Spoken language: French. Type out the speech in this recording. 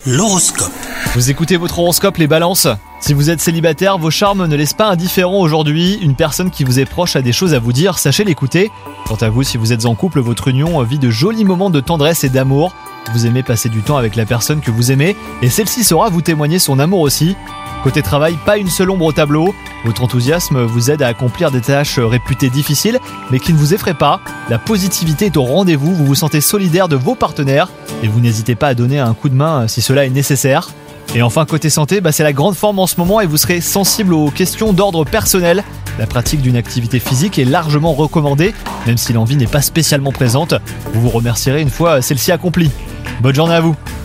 L'horoscope. Vous écoutez votre horoscope les balances ? Si vous êtes célibataire, vos charmes ne laissent pas indifférent aujourd'hui. Une personne qui vous est proche a des choses à vous dire, sachez l'écouter. Quant à vous, si vous êtes en couple, votre union vit de jolis moments de tendresse et d'amour. Vous aimez passer du temps avec la personne que vous aimez et celle-ci saura vous témoigner son amour aussi. Côté travail, pas une seule ombre au tableau. Votre enthousiasme vous aide à accomplir des tâches réputées difficiles, mais qui ne vous effraient pas. La positivité est au rendez-vous, vous vous sentez solidaire de vos partenaires et vous n'hésitez pas à donner un coup de main si cela est nécessaire. Et enfin, côté santé, c'est la grande forme en ce moment et vous serez sensible aux questions d'ordre personnel. La pratique d'une activité physique est largement recommandée, même si l'envie n'est pas spécialement présente. Vous vous remercierez une fois celle-ci accomplie. Bonne journée à vous!